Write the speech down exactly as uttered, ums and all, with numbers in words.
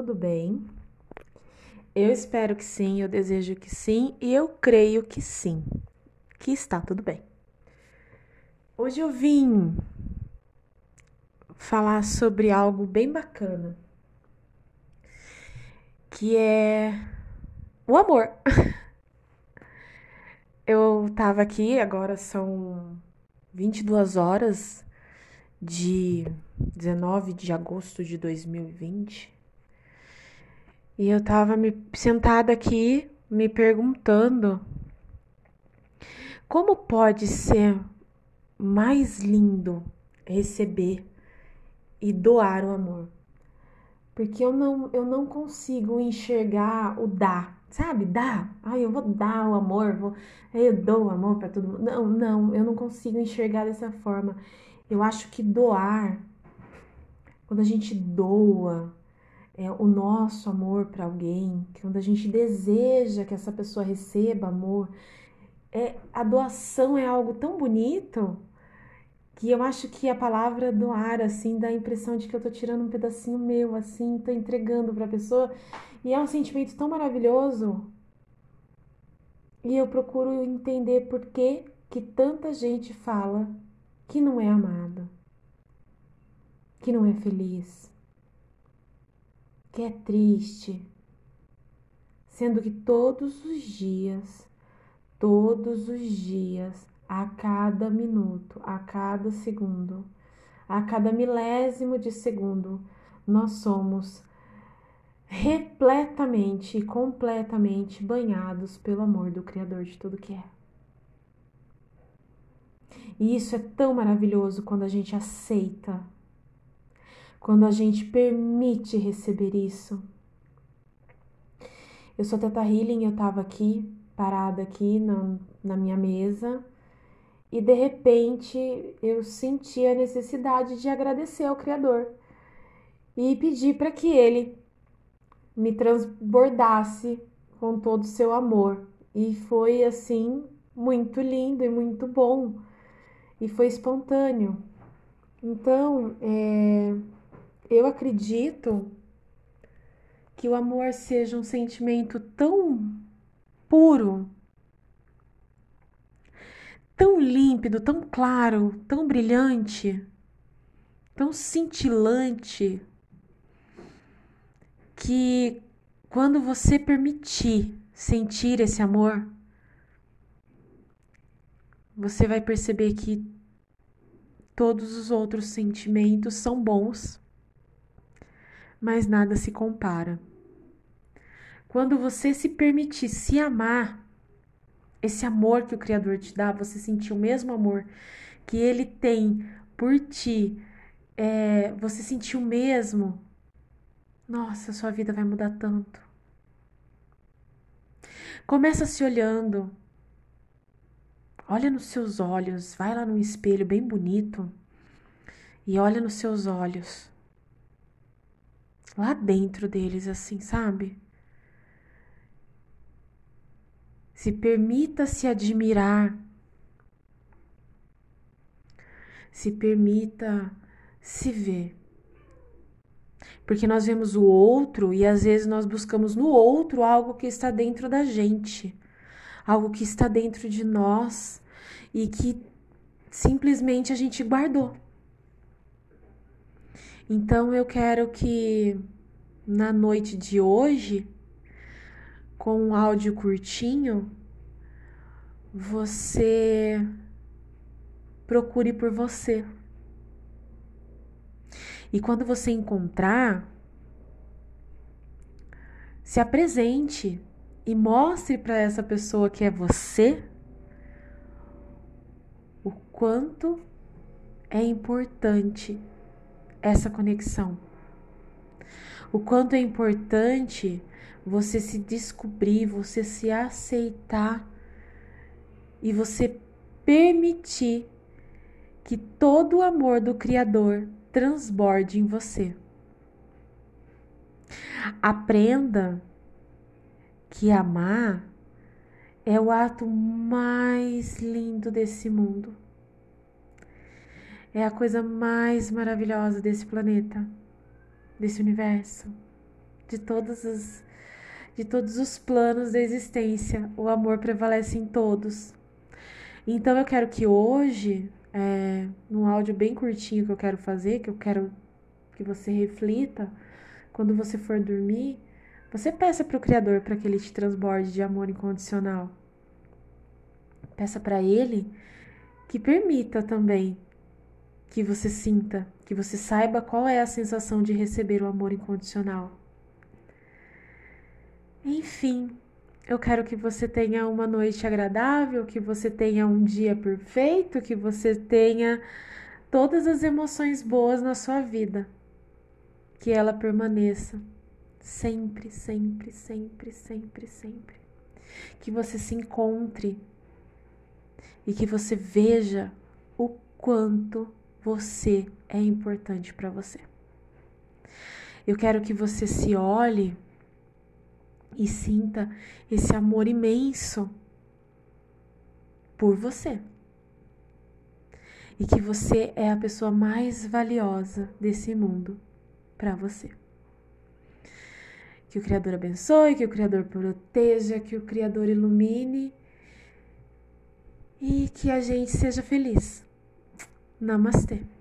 tudo bem? Eu espero que sim, eu desejo que sim e eu creio que sim, que está tudo bem. Hoje eu vim falar sobre algo bem bacana, que é o amor. Eu tava aqui, agora são vinte e duas horas de dezenove de agosto de dois mil e vinte. E eu tava me sentada aqui me perguntando como pode ser mais lindo receber e doar o amor. Porque eu não, eu não consigo enxergar o dar, sabe? Dar. Ai, eu vou dar o amor, vou, eu dou o amor para todo mundo. Não, não, eu não consigo enxergar dessa forma. Eu acho que doar, quando a gente doa é, o nosso amor para alguém, quando a gente deseja que essa pessoa receba amor, é, a doação é algo tão bonito que eu acho que a palavra doar, assim, dá a impressão de que eu tô tirando um pedacinho meu, assim, tô entregando pra pessoa. E é um sentimento tão maravilhoso. E eu procuro entender por que que tanta gente fala que não é amado, que não é feliz, que é triste. Sendo que todos os dias, todos os dias, a cada minuto, a cada segundo, a cada milésimo de segundo, nós somos repletamente e completamente banhados pelo amor do Criador de tudo que é. E isso é tão maravilhoso quando a gente aceita, quando a gente permite receber isso. Eu sou Teta Healing, eu tava aqui, parada aqui na, na minha mesa, e de repente eu senti a necessidade de agradecer ao Criador e pedir para que ele me transbordasse com todo o seu amor. E foi assim muito lindo e muito bom e foi espontâneo. Então, é, eu acredito que o amor seja um sentimento tão puro, tão límpido, tão claro, tão brilhante, tão cintilante, que quando você permitir sentir esse amor, você vai perceber que todos os outros sentimentos são bons, mas nada se compara. Quando você se permitir se amar, esse amor que o Criador te dá, você sentir o mesmo amor que Ele tem por ti, é, você sentir o mesmo, nossa, sua vida vai mudar tanto. Começa se olhando, olha nos seus olhos, vai lá num espelho bem bonito e olha nos seus olhos, lá dentro deles, assim, sabe? Se permita se admirar, se permita se ver. Porque nós vemos o outro e às vezes nós buscamos no outro algo que está dentro da gente, algo que está dentro de nós e que simplesmente a gente guardou. Então eu quero que na noite de hoje, com um áudio curtinho, você procure por você. E quando você encontrar, se apresente e mostre para essa pessoa que é você o quanto é importante essa conexão. O quanto é importante você se descobrir, você se aceitar e você permitir que todo o amor do Criador transborde em você. Aprenda que amar é o ato mais lindo desse mundo. É a coisa mais maravilhosa desse planeta, desse universo. de todos os, de todos os planos da existência. O amor prevalece em todos. Então eu quero que hoje, é, num áudio bem curtinho que eu quero fazer, que eu quero que você reflita, quando você for dormir, você peça para o Criador para que ele te transborde de amor incondicional. Peça para ele que permita também que você sinta, que você saiba qual é a sensação de receber o amor incondicional. Enfim, eu quero que você tenha uma noite agradável, que você tenha um dia perfeito, que você tenha todas as emoções boas na sua vida. Que ela permaneça sempre, sempre, sempre, sempre, sempre. Que você se encontre e que você veja o quanto você é importante para você. Eu quero que você se olhe e sinta esse amor imenso por você. E que você é a pessoa mais valiosa desse mundo para você. Que o Criador abençoe, que o Criador proteja, que o Criador ilumine e que a gente seja feliz. Namastê.